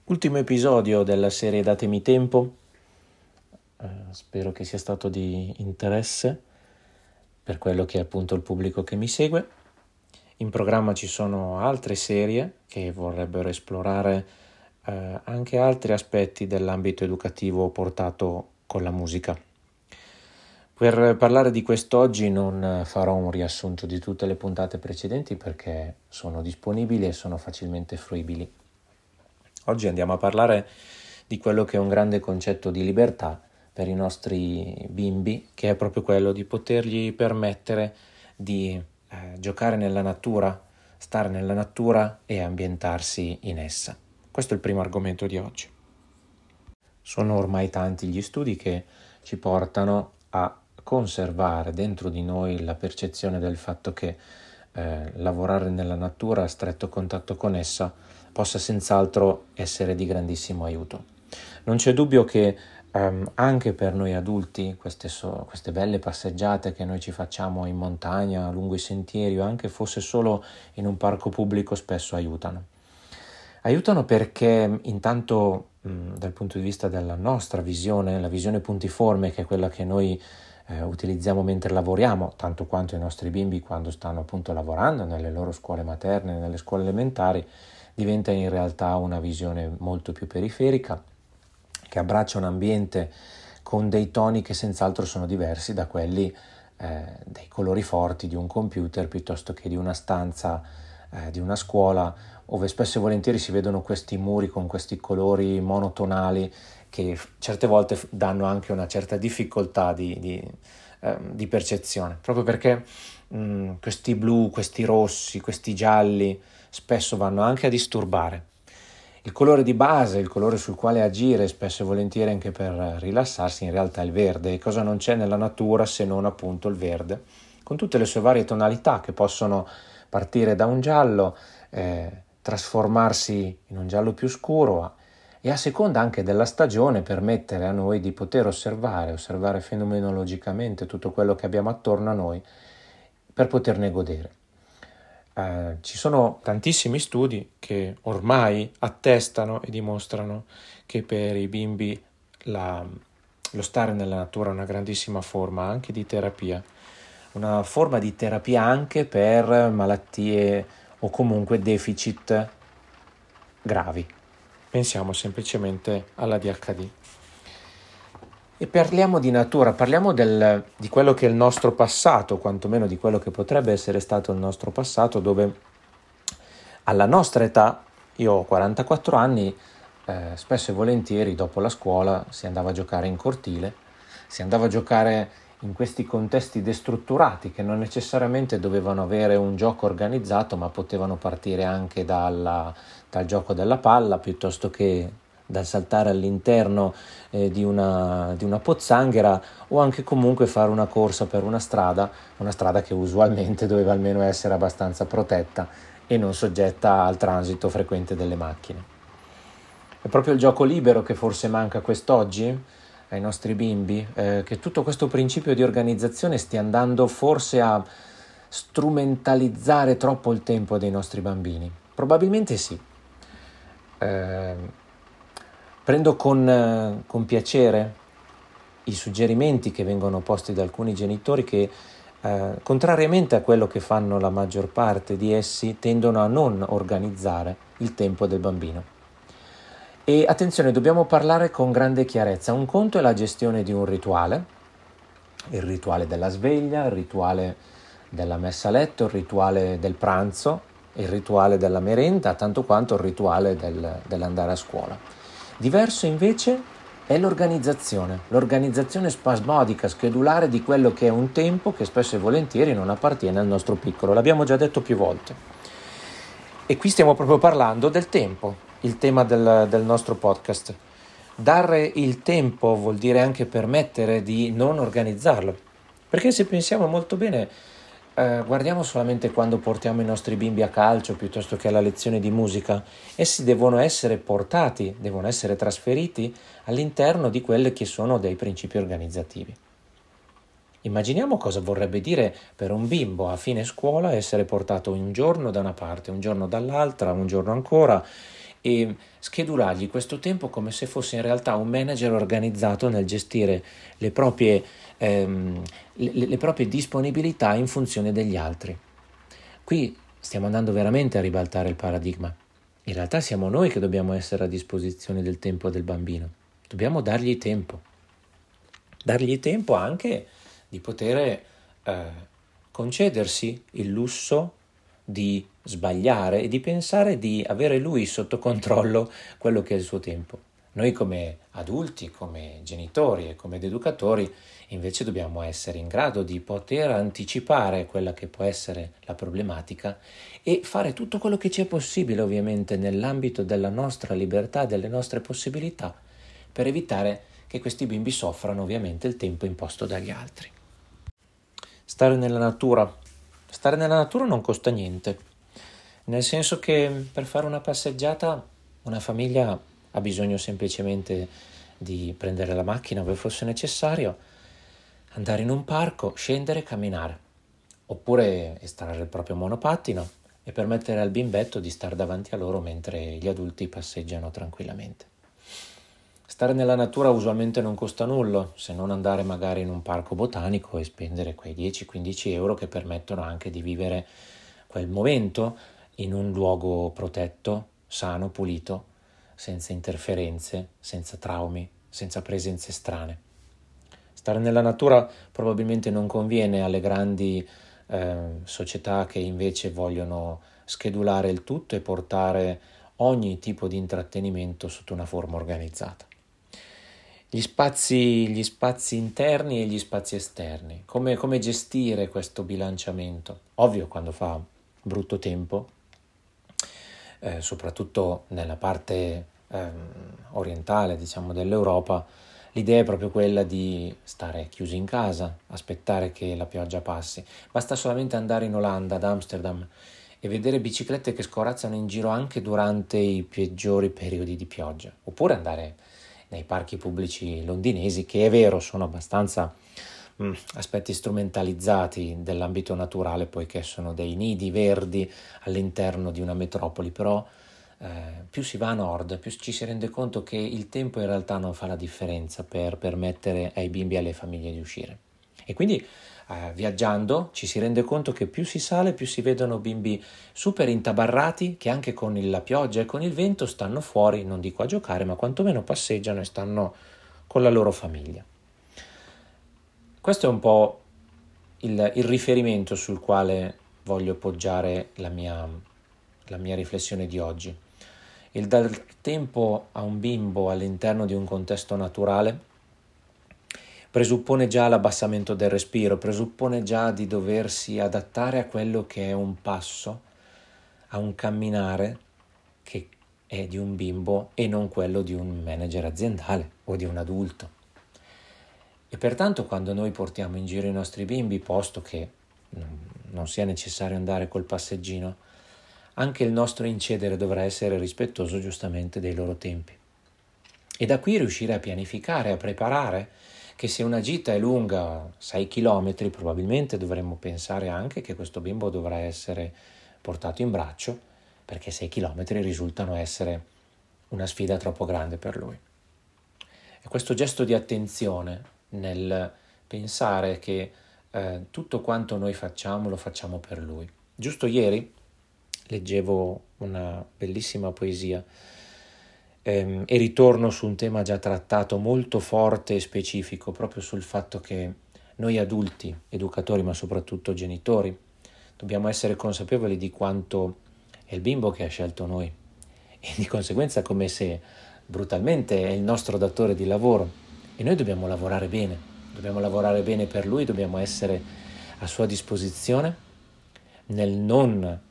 Ultimo episodio della serie Datemi Tempo, spero che sia stato di interesse per quello che è appunto il pubblico che mi segue. In programma ci sono altre serie che vorrebbero esplorare anche altri aspetti dell'ambito educativo portato con la musica. Per parlare di quest'oggi non farò un riassunto di tutte le puntate precedenti perché sono disponibili e sono facilmente fruibili. Oggi andiamo a parlare di quello che è un grande concetto di libertà per i nostri bimbi, che è proprio quello di potergli permettere di giocare nella natura, stare nella natura e ambientarsi in essa. Questo è il primo argomento di oggi. Sono ormai tanti gli studi che ci portano a conservare dentro di noi la percezione del fatto che lavorare nella natura a stretto contatto con essa possa senz'altro essere di grandissimo aiuto. Non c'è dubbio che anche per noi adulti queste belle passeggiate che noi ci facciamo in montagna, lungo i sentieri o anche fosse solo in un parco pubblico spesso aiutano. Aiutano perché intanto dal punto di vista della nostra visione, la visione puntiforme che è quella che noi utilizziamo mentre lavoriamo, tanto quanto i nostri bimbi quando stanno appunto lavorando nelle loro scuole materne, nelle scuole elementari, diventa in realtà una visione molto più periferica che abbraccia un ambiente con dei toni che senz'altro sono diversi da quelli dei colori forti di un computer piuttosto che di una stanza di una scuola, dove spesso e volentieri si vedono questi muri con questi colori monotonali che certe volte danno anche una certa difficoltà di percezione, proprio perché questi blu, questi rossi, questi gialli spesso vanno anche a disturbare. Il colore di base, il colore sul quale agire spesso e volentieri anche per rilassarsi, in realtà è il verde. E cosa non c'è nella natura se non appunto il verde, con tutte le sue varie tonalità che possono partire da un giallo, trasformarsi in un giallo più scuro e a seconda anche della stagione permettere a noi di poter osservare fenomenologicamente tutto quello che abbiamo attorno a noi per poterne godere. Ci sono tantissimi studi che ormai attestano e dimostrano che per i bimbi lo stare nella natura è una grandissima forma anche di terapia, una forma di terapia anche per malattie o comunque deficit gravi. Pensiamo semplicemente all'ADHD. E parliamo di natura, parliamo di quello che è il nostro passato, quantomeno di quello che potrebbe essere stato il nostro passato, dove alla nostra età, io ho 44 anni, spesso e volentieri dopo la scuola si andava a giocare in cortile, si andava a giocare in questi contesti destrutturati che non necessariamente dovevano avere un gioco organizzato, ma potevano partire anche dal gioco della palla piuttosto che dal saltare all'interno di una pozzanghera o anche comunque fare una corsa per una strada che usualmente doveva almeno essere abbastanza protetta e non soggetta al transito frequente delle macchine. È proprio il gioco libero che forse manca quest'oggi ai nostri bimbi, che tutto questo principio di organizzazione stia andando forse a strumentalizzare troppo il tempo dei nostri bambini. Probabilmente sì. Prendo con piacere i suggerimenti che vengono posti da alcuni genitori che, contrariamente a quello che fanno la maggior parte di essi, tendono a non organizzare il tempo del bambino. E attenzione, dobbiamo parlare con grande chiarezza. Un conto è la gestione di un rituale, il rituale della sveglia, il rituale della messa a letto, il rituale del pranzo, il rituale della merenda, tanto quanto il rituale dell'andare a scuola. Diverso invece è l'organizzazione spasmodica, schedulare di quello che è un tempo che spesso e volentieri non appartiene al nostro piccolo. L'abbiamo già detto più volte. E qui stiamo proprio parlando del tempo, il tema del nostro podcast. Dare il tempo vuol dire anche permettere di non organizzarlo. Perché se pensiamo molto bene, guardiamo solamente quando portiamo i nostri bimbi a calcio piuttosto che alla lezione di musica. Essi devono essere portati, devono essere trasferiti all'interno di quelli che sono dei principi organizzativi. Immaginiamo cosa vorrebbe dire per un bimbo a fine scuola essere portato un giorno da una parte, un giorno dall'altra, un giorno ancora, e schedulargli questo tempo come se fosse in realtà un manager organizzato nel gestire le proprie, le proprie disponibilità in funzione degli altri. Qui stiamo andando veramente a ribaltare il paradigma. In realtà siamo noi che dobbiamo essere a disposizione del tempo del bambino. Dobbiamo dargli tempo. Dargli tempo anche di poter concedersi il lusso di sbagliare e di pensare di avere lui sotto controllo quello che è il suo tempo. Noi come adulti, come genitori e come educatori invece dobbiamo essere in grado di poter anticipare quella che può essere la problematica e fare tutto quello che ci è possibile, ovviamente, nell'ambito della nostra libertà, delle nostre possibilità, per evitare che questi bimbi soffrano ovviamente il tempo imposto dagli altri. Stare nella natura. Stare nella natura non costa niente, nel senso che per fare una passeggiata una famiglia ha bisogno semplicemente di prendere la macchina ove fosse necessario, andare in un parco, scendere e camminare, oppure estrarre il proprio monopattino e permettere al bimbetto di stare davanti a loro mentre gli adulti passeggiano tranquillamente. Stare nella natura usualmente non costa nulla, se non andare magari in un parco botanico e spendere quei 10-15 euro che permettono anche di vivere quel momento in un luogo protetto, sano, pulito, senza interferenze, senza traumi, senza presenze strane. Stare nella natura probabilmente non conviene alle grandi società che invece vogliono schedulare il tutto e portare ogni tipo di intrattenimento sotto una forma organizzata. Gli spazi interni e gli spazi esterni, come gestire questo bilanciamento? Ovvio, quando fa brutto tempo, soprattutto nella parte orientale, diciamo, dell'Europa, l'idea è proprio quella di stare chiusi in casa, aspettare che la pioggia passi. Basta solamente andare in Olanda, ad Amsterdam, e vedere biciclette che scorazzano in giro anche durante i peggiori periodi di pioggia, oppure andare nei parchi pubblici londinesi, che è vero sono abbastanza aspetti strumentalizzati dell'ambito naturale, poiché sono dei nidi verdi all'interno di una metropoli, però più si va a nord, più ci si rende conto che il tempo in realtà non fa la differenza per permettere ai bimbi e alle famiglie di uscire. E quindi viaggiando ci si rende conto che più si sale, più si vedono bimbi super intabarrati che anche con la pioggia e con il vento stanno fuori, non dico a giocare, ma quantomeno passeggiano e stanno con la loro famiglia. Questo è un po' il riferimento sul quale voglio poggiare la mia riflessione di oggi. Il dar tempo a un bimbo all'interno di un contesto naturale presuppone già l'abbassamento del respiro, presuppone già di doversi adattare a quello che è un passo, a un camminare che è di un bimbo e non quello di un manager aziendale o di un adulto. E pertanto quando noi portiamo in giro i nostri bimbi, posto che non sia necessario andare col passeggino, anche il nostro incedere dovrà essere rispettoso giustamente dei loro tempi. E da qui riuscire a pianificare, a preparare, che se una gita è lunga 6 km, probabilmente dovremmo pensare anche che questo bimbo dovrà essere portato in braccio, perché 6 km risultano essere una sfida troppo grande per lui. E questo gesto di attenzione nel pensare che tutto quanto noi facciamo lo facciamo per lui. Giusto ieri leggevo una bellissima poesia e ritorno su un tema già trattato molto forte e specifico, proprio sul fatto che noi adulti, educatori ma soprattutto genitori, dobbiamo essere consapevoli di quanto è il bimbo che ha scelto noi e di conseguenza come se brutalmente è il nostro datore di lavoro e noi dobbiamo lavorare bene per lui, dobbiamo essere a sua disposizione nel non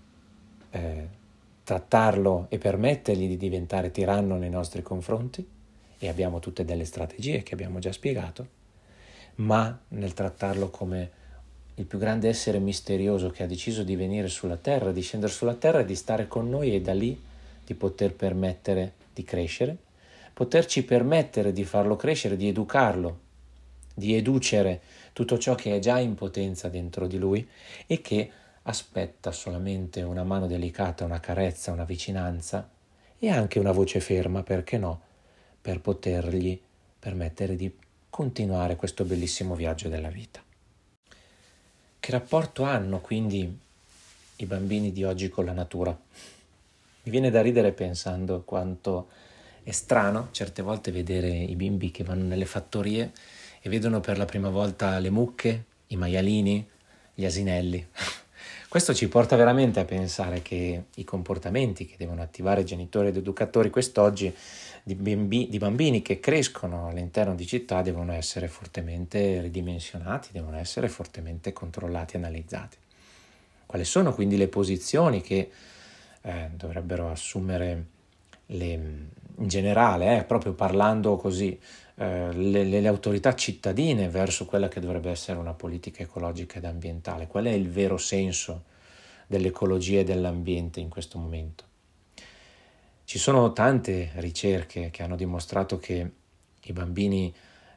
trattarlo e permettergli di diventare tiranno nei nostri confronti, e abbiamo tutte delle strategie che abbiamo già spiegato, ma nel trattarlo come il più grande essere misterioso che ha deciso di venire sulla terra, di scendere sulla terra e di stare con noi e da lì di poter permettere di crescere, poterci permettere di farlo crescere, di educarlo, di educere tutto ciò che è già in potenza dentro di lui e che aspetta solamente una mano delicata, una carezza, una vicinanza e anche una voce ferma, perché no, per potergli permettere di continuare questo bellissimo viaggio della vita. Che rapporto hanno quindi i bambini di oggi con la natura? Mi viene da ridere pensando quanto è strano certe volte vedere i bimbi che vanno nelle fattorie e vedono per la prima volta le mucche, i maialini, gli asinelli. Questo ci porta veramente a pensare che i comportamenti che devono attivare genitori ed educatori quest'oggi di bambini che crescono all'interno di città devono essere fortemente ridimensionati, devono essere fortemente controllati e analizzati. Quali sono quindi le posizioni che dovrebbero assumere in generale, proprio parlando così, le autorità cittadine verso quella che dovrebbe essere una politica ecologica ed ambientale? Qual è il vero senso dell'ecologia e dell'ambiente in questo momento? Ci sono tante ricerche che hanno dimostrato che i bambini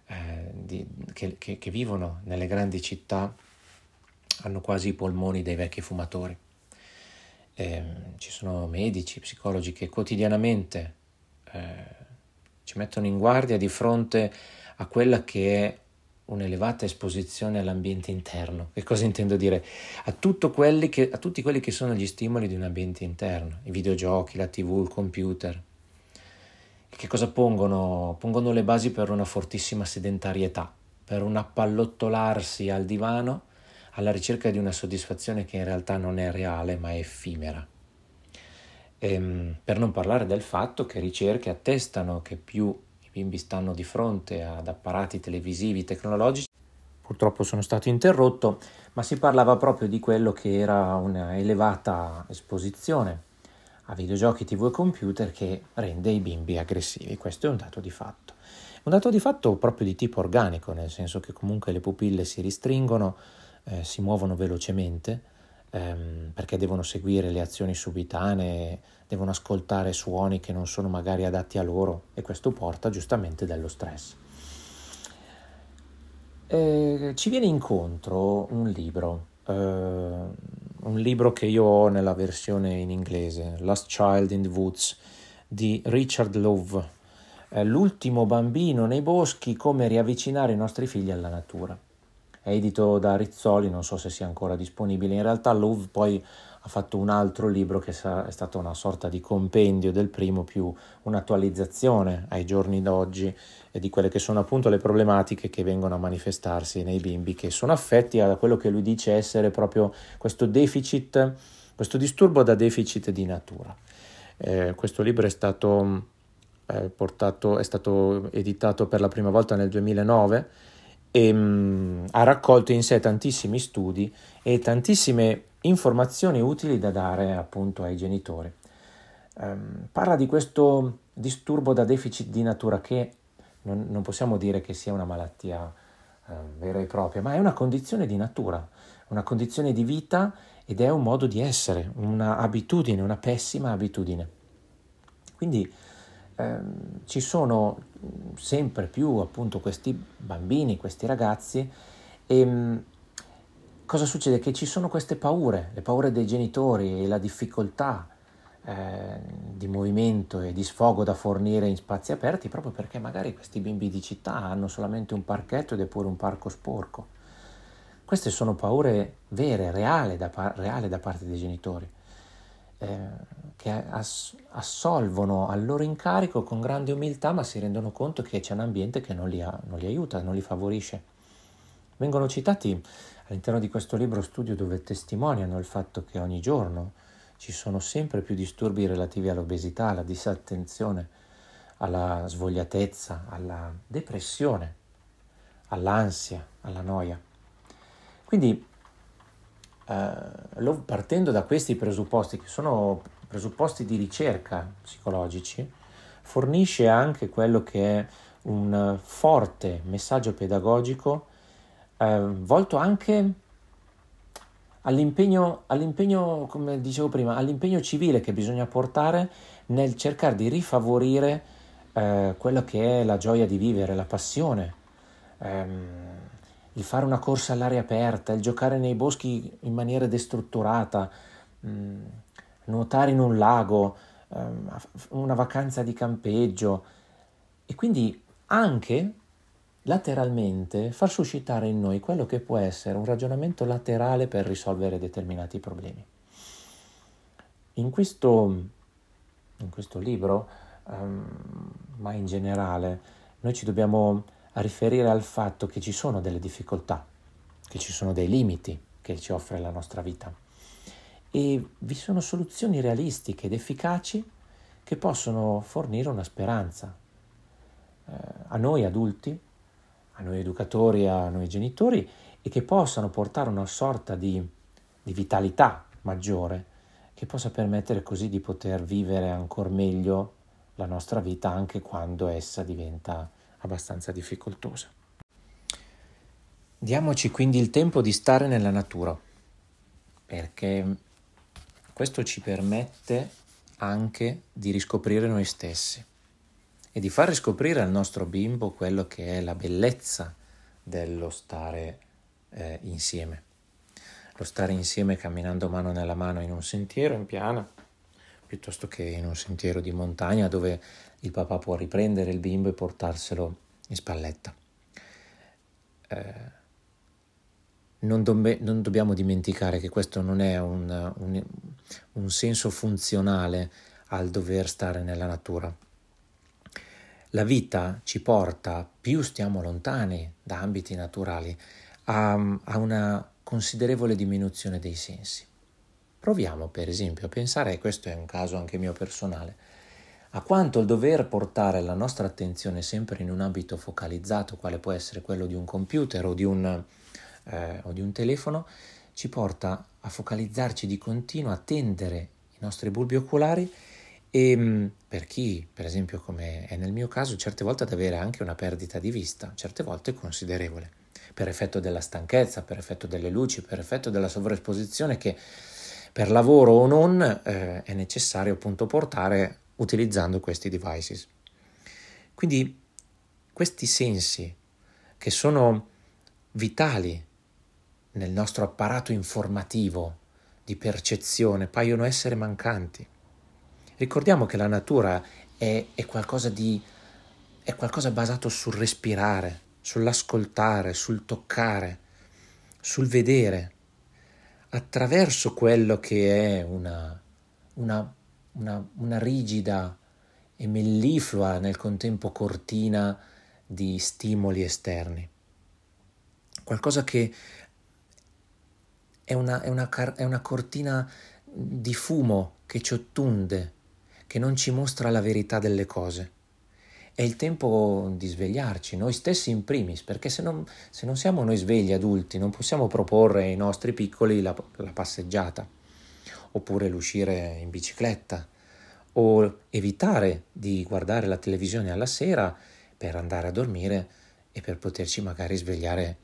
che vivono nelle grandi città hanno quasi i polmoni dei vecchi fumatori. Ci sono medici, psicologi che quotidianamente ci mettono in guardia di fronte a quella che è un'elevata esposizione all'ambiente interno. Che cosa intendo dire? A tutti quelli che sono gli stimoli di un ambiente interno, i videogiochi, la TV, il computer. Che cosa pongono? Pongono le basi per una fortissima sedentarietà, per un appallottolarsi al divano alla ricerca di una soddisfazione che in realtà non è reale ma è effimera. Per non parlare del fatto che ricerche attestano che più i bimbi stanno di fronte ad apparati televisivi tecnologici, purtroppo sono stato interrotto, ma si parlava proprio di quello che era una elevata esposizione a videogiochi, TV e computer che rende i bimbi aggressivi. Questo è un dato di fatto. Un dato di fatto proprio di tipo organico, nel senso che comunque le pupille si ristringono, si muovono velocemente, perché devono seguire le azioni subitanee, devono ascoltare suoni che non sono magari adatti a loro e questo porta giustamente dello stress. Ci viene incontro un libro che io ho nella versione in inglese, Last Child in the Woods, di Richard Louv, L'ultimo bambino nei boschi, come riavvicinare i nostri figli alla natura. È edito da Rizzoli, non so se sia ancora disponibile. In realtà Louv poi ha fatto un altro libro che è stato una sorta di compendio del primo, più un'attualizzazione ai giorni d'oggi di quelle che sono appunto le problematiche che vengono a manifestarsi nei bimbi che sono affetti da quello che lui dice essere proprio questo deficit, questo disturbo da deficit di natura. Questo libro è stato editato per la prima volta nel 2009 e ha raccolto in sé tantissimi studi e tantissime informazioni utili da dare appunto ai genitori. Parla di questo disturbo da deficit di natura che non possiamo dire che sia una malattia vera e propria, ma è una condizione di natura, una condizione di vita ed è un modo di essere, una abitudine, una pessima abitudine. Quindi ci sono sempre più appunto questi bambini, questi ragazzi e cosa succede? Che ci sono queste paure, le paure dei genitori e la difficoltà di movimento e di sfogo da fornire in spazi aperti proprio perché magari questi bimbi di città hanno solamente un parchetto ed è pure un parco sporco. Queste sono paure vere, reali da parte dei genitori che assolvono al loro incarico con grande umiltà ma si rendono conto che c'è un ambiente che non li aiuta, non li favorisce. Vengono citati all'interno di questo libro studio dove testimoniano il fatto che ogni giorno ci sono sempre più disturbi relativi all'obesità, alla disattenzione, alla svogliatezza, alla depressione, all'ansia, alla noia. Quindi, partendo da questi presupposti, che sono presupposti di ricerca psicologici, fornisce anche quello che è un forte messaggio pedagogico volto anche all'impegno, come dicevo prima, all'impegno civile che bisogna portare nel cercare di rifavorire quello che è la gioia di vivere, la passione, il fare una corsa all'aria aperta, il giocare nei boschi in maniera destrutturata, nuotare in un lago, una vacanza di campeggio, e quindi anche lateralmente far suscitare in noi quello che può essere un ragionamento laterale per risolvere determinati problemi. In questo libro, ma in generale, noi ci dobbiamo riferire al fatto che ci sono delle difficoltà, che ci sono dei limiti che ci offre la nostra vita, e vi sono soluzioni realistiche ed efficaci che possono fornire una speranza a noi adulti, a noi educatori, a noi genitori, e che possano portare una sorta di vitalità maggiore, che possa permettere così di poter vivere ancora meglio la nostra vita anche quando essa diventa abbastanza difficoltosa. Diamoci quindi il tempo di stare nella natura, perché questo ci permette anche di riscoprire noi stessi e di far riscoprire al nostro bimbo quello che è la bellezza dello stare insieme. Lo stare insieme camminando mano nella mano in un sentiero in piana, piuttosto che in un sentiero di montagna dove il papà può riprendere il bimbo e portarselo in spalletta. Non dobbiamo dimenticare che questo non è un senso funzionale al dover stare nella natura. La vita ci porta, più stiamo lontani da ambiti naturali, a una considerevole diminuzione dei sensi. Proviamo per esempio a pensare, e questo è un caso anche mio personale, a quanto il dover portare la nostra attenzione sempre in un ambito focalizzato, quale può essere quello di un computer o di un telefono, ci porta a focalizzarci di continuo, a tendere i nostri bulbi oculari e per chi, per esempio come è nel mio caso, certe volte ad avere anche una perdita di vista, certe volte considerevole, per effetto della stanchezza, per effetto delle luci, per effetto della sovraesposizione che per lavoro o non è necessario appunto portare utilizzando questi devices. Quindi questi sensi che sono vitali nel nostro apparato informativo di percezione paiono essere mancanti. Ricordiamo che la natura è qualcosa basato sul respirare, sull'ascoltare, sul toccare, sul vedere, attraverso quello che è una rigida e melliflua nel contempo cortina di stimoli esterni. Qualcosa che è una cortina di fumo che ci ottunde, che non ci mostra la verità delle cose. È il tempo di svegliarci, noi stessi in primis, perché se non siamo noi svegli adulti, non possiamo proporre ai nostri piccoli la passeggiata, oppure l'uscire in bicicletta, o evitare di guardare la televisione alla sera per andare a dormire e per poterci magari svegliare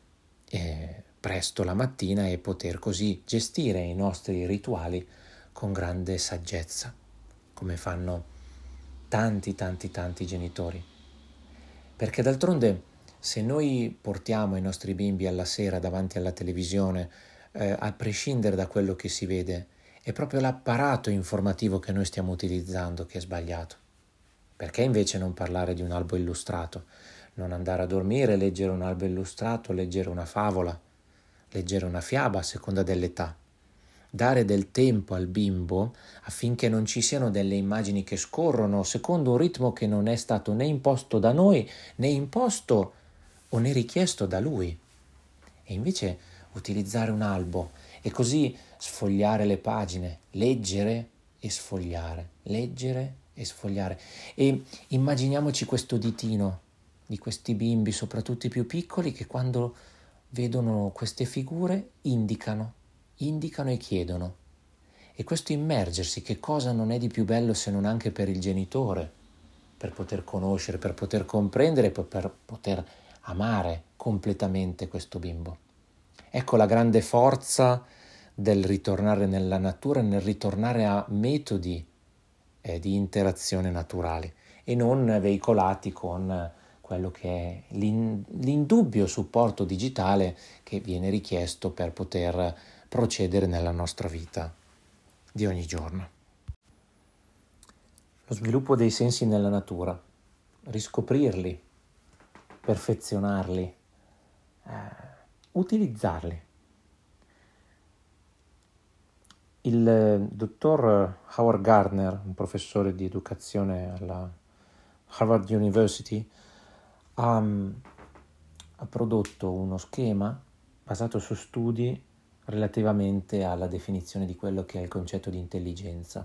presto la mattina e poter così gestire i nostri rituali con grande saggezza, come fanno tanti genitori. Perché d'altronde se noi portiamo i nostri bimbi alla sera davanti alla televisione, a prescindere da quello che si vede, è proprio l'apparato informativo che noi stiamo utilizzando che è sbagliato. Perché invece non parlare di un albo illustrato? Non andare a dormire, leggere un albo illustrato, leggere una favola, leggere una fiaba a seconda dell'età. Dare del tempo al bimbo affinché non ci siano delle immagini che scorrono secondo un ritmo che non è stato né imposto da noi, né imposto o né richiesto da lui. E invece utilizzare un albo e così sfogliare le pagine, leggere e sfogliare, leggere e sfogliare. E immaginiamoci questo ditino di questi bimbi, soprattutto i più piccoli, che quando vedono queste figure indicano e chiedono. E questo immergersi, che cosa non è di più bello se non anche per il genitore, per poter conoscere, per poter comprendere, per poter amare completamente questo bimbo. Ecco la grande forza del ritornare nella natura, nel ritornare a metodi di interazione naturali e non veicolati con quello che è l'indubbio supporto digitale che viene richiesto per poter procedere nella nostra vita di ogni giorno. lo sviluppo dei sensi nella natura, riscoprirli, perfezionarli, utilizzarli. Il dottor Howard Gardner, un professore di educazione alla Harvard University, ha prodotto uno schema basato su studi relativamente alla definizione di quello che è il concetto di intelligenza.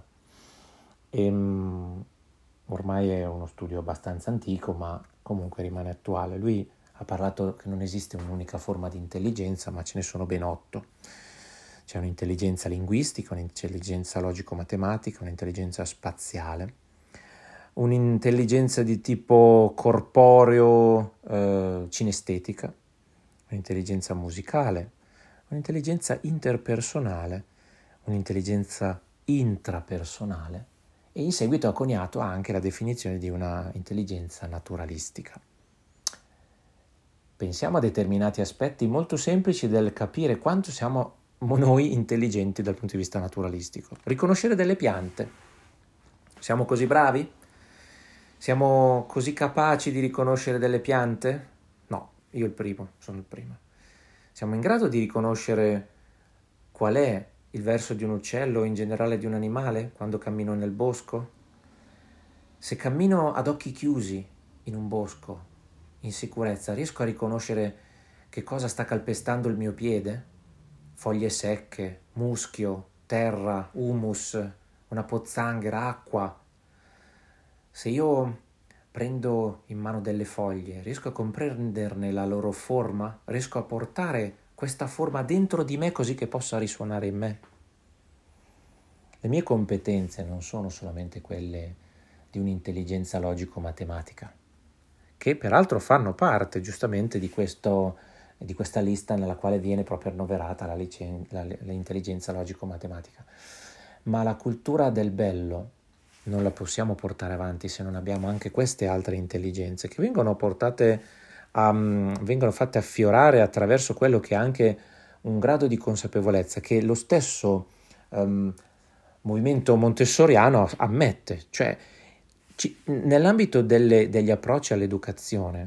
Ormai è uno studio abbastanza antico, ma comunque rimane attuale. Lui ha parlato che non esiste un'unica forma di intelligenza, ma ce ne sono ben 8. C'è un'intelligenza linguistica, un'intelligenza logico-matematica, un'intelligenza spaziale, un'intelligenza di tipo corporeo, cinestetica, un'intelligenza musicale, un'intelligenza interpersonale, un'intelligenza intrapersonale e in seguito ha coniato anche la definizione di una intelligenza naturalistica. Pensiamo a determinati aspetti molto semplici del capire quanto siamo noi intelligenti dal punto di vista naturalistico. Riconoscere delle piante. Siamo così bravi? Siamo così capaci di riconoscere delle piante? No, io sono il primo. Siamo in grado di riconoscere qual è il verso di un uccello o in generale di un animale quando cammino nel bosco? Se cammino ad occhi chiusi in un bosco, in sicurezza, riesco a riconoscere che cosa sta calpestando il mio piede? Foglie secche, muschio, terra, humus, una pozzanghera, acqua. Se io prendo in mano delle foglie, riesco a comprenderne la loro forma? Riesco a portare questa forma dentro di me così che possa risuonare in me? Le mie competenze non sono solamente quelle di un'intelligenza logico-matematica, che peraltro fanno parte giustamente di questa lista nella quale viene proprio annoverata l'intelligenza logico-matematica. Ma la cultura del bello non la possiamo portare avanti se non abbiamo anche queste altre intelligenze che vengono fatte affiorare attraverso quello che è anche un grado di consapevolezza che lo stesso movimento montessoriano ammette, cioè nell'ambito degli approcci all'educazione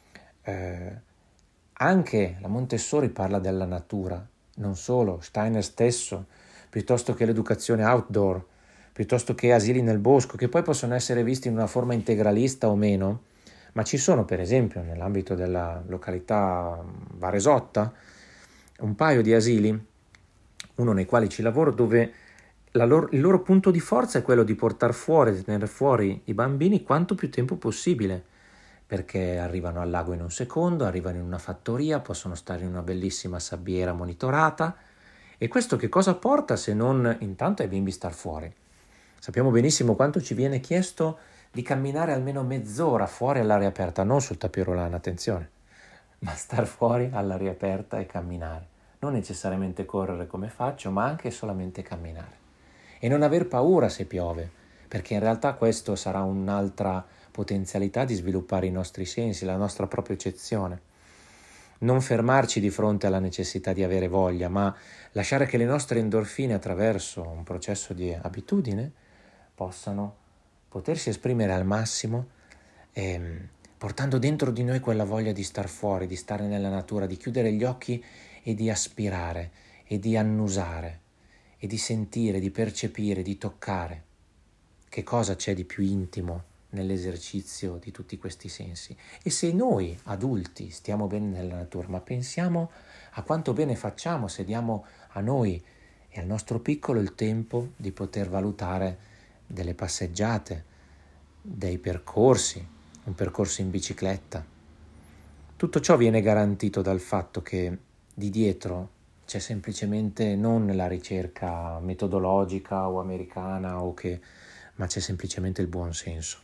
anche la Montessori parla della natura, non solo, Steiner stesso, piuttosto che l'educazione outdoor, piuttosto che asili nel bosco, che poi possono essere visti in una forma integralista o meno, ma ci sono per esempio nell'ambito della località Varesotta un paio di asili, uno nei quali ci lavoro, dove il loro punto di forza è quello di portare fuori, di tenere fuori i bambini quanto più tempo possibile, perché arrivano al lago in un secondo, arrivano in una fattoria, possono stare in una bellissima sabbiera monitorata, e questo che cosa porta se non intanto ai bimbi star fuori? Sappiamo benissimo quanto ci viene chiesto di camminare almeno mezz'ora fuori all'aria aperta, non sul tapirulano, attenzione, ma star fuori all'aria aperta e camminare. Non necessariamente correre come faccio, ma anche solamente camminare. E non aver paura se piove, perché in realtà questo sarà un'altra potenzialità di sviluppare i nostri sensi, la nostra percezione. Non fermarci di fronte alla necessità di avere voglia, ma lasciare che le nostre endorfine attraverso un processo di abitudine possano potersi esprimere al massimo, portando dentro di noi quella voglia di star fuori, di stare nella natura, di chiudere gli occhi e di aspirare e di annusare e di sentire, di percepire, di toccare. Che cosa c'è di più intimo nell'esercizio di tutti questi sensi? E se noi adulti stiamo bene nella natura, ma pensiamo a quanto bene facciamo se diamo a noi e al nostro piccolo il tempo di poter valutare delle passeggiate, dei percorsi, un percorso in bicicletta. Tutto ciò viene garantito dal fatto che di dietro c'è semplicemente non la ricerca metodologica o americana ma c'è semplicemente il buon senso.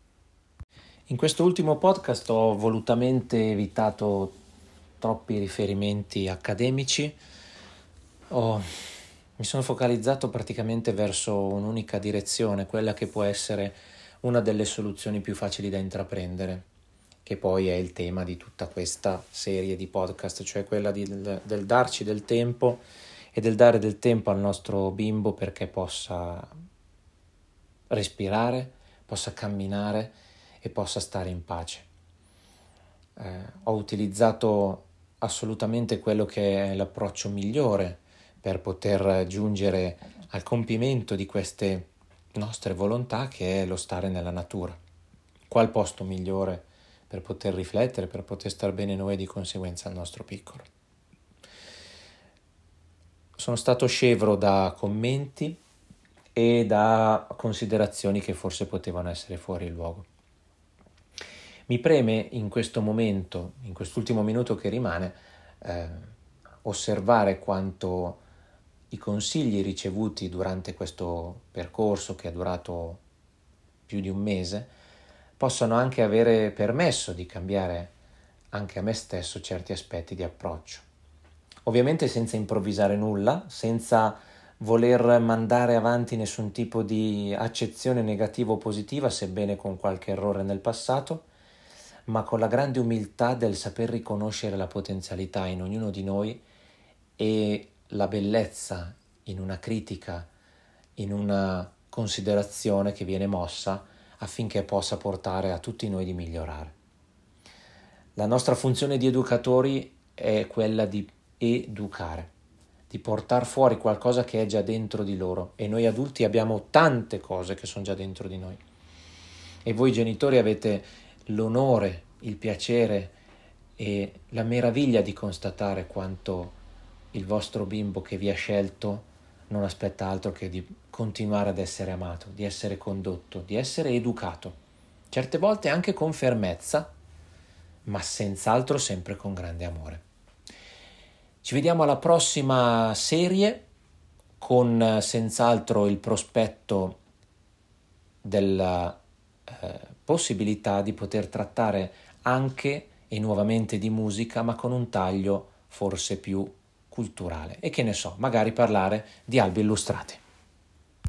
In questo ultimo podcast ho volutamente evitato troppi riferimenti accademici, mi sono focalizzato praticamente verso un'unica direzione, quella che può essere una delle soluzioni più facili da intraprendere, che poi è il tema di tutta questa serie di podcast, cioè quella del darci del tempo e del dare del tempo al nostro bimbo perché possa respirare, possa camminare e possa stare in pace. Ho utilizzato assolutamente quello che è l'approccio migliore per poter giungere al compimento di queste nostre volontà, che è lo stare nella natura. Qual posto migliore per poter riflettere, per poter star bene noi e di conseguenza al nostro piccolo? Sono stato scevro da commenti e da considerazioni che forse potevano essere fuori luogo. Mi preme in questo momento, in quest'ultimo minuto che rimane, osservare quanto i consigli ricevuti durante questo percorso, che è durato più di un mese, possano anche avere permesso di cambiare anche a me stesso certi aspetti di approccio. Ovviamente senza improvvisare nulla, senza voler mandare avanti nessun tipo di accezione negativa o positiva, sebbene con qualche errore nel passato, ma con la grande umiltà del saper riconoscere la potenzialità in ognuno di noi e la bellezza in una critica, in una considerazione che viene mossa affinché possa portare a tutti noi di migliorare. La nostra funzione di educatori è quella di educare, di portare fuori qualcosa che è già dentro di loro, e noi adulti abbiamo tante cose che sono già dentro di noi. E voi genitori avete l'onore, il piacere e la meraviglia di constatare quanto il vostro bimbo che vi ha scelto non aspetta altro che di continuare ad essere amato, di essere condotto, di essere educato, certe volte anche con fermezza, ma senz'altro sempre con grande amore. Ci vediamo alla prossima serie, con senz'altro il prospetto della possibilità di poter trattare anche e nuovamente di musica, ma con un taglio forse più culturale, e che ne so, magari parlare di albi illustrati.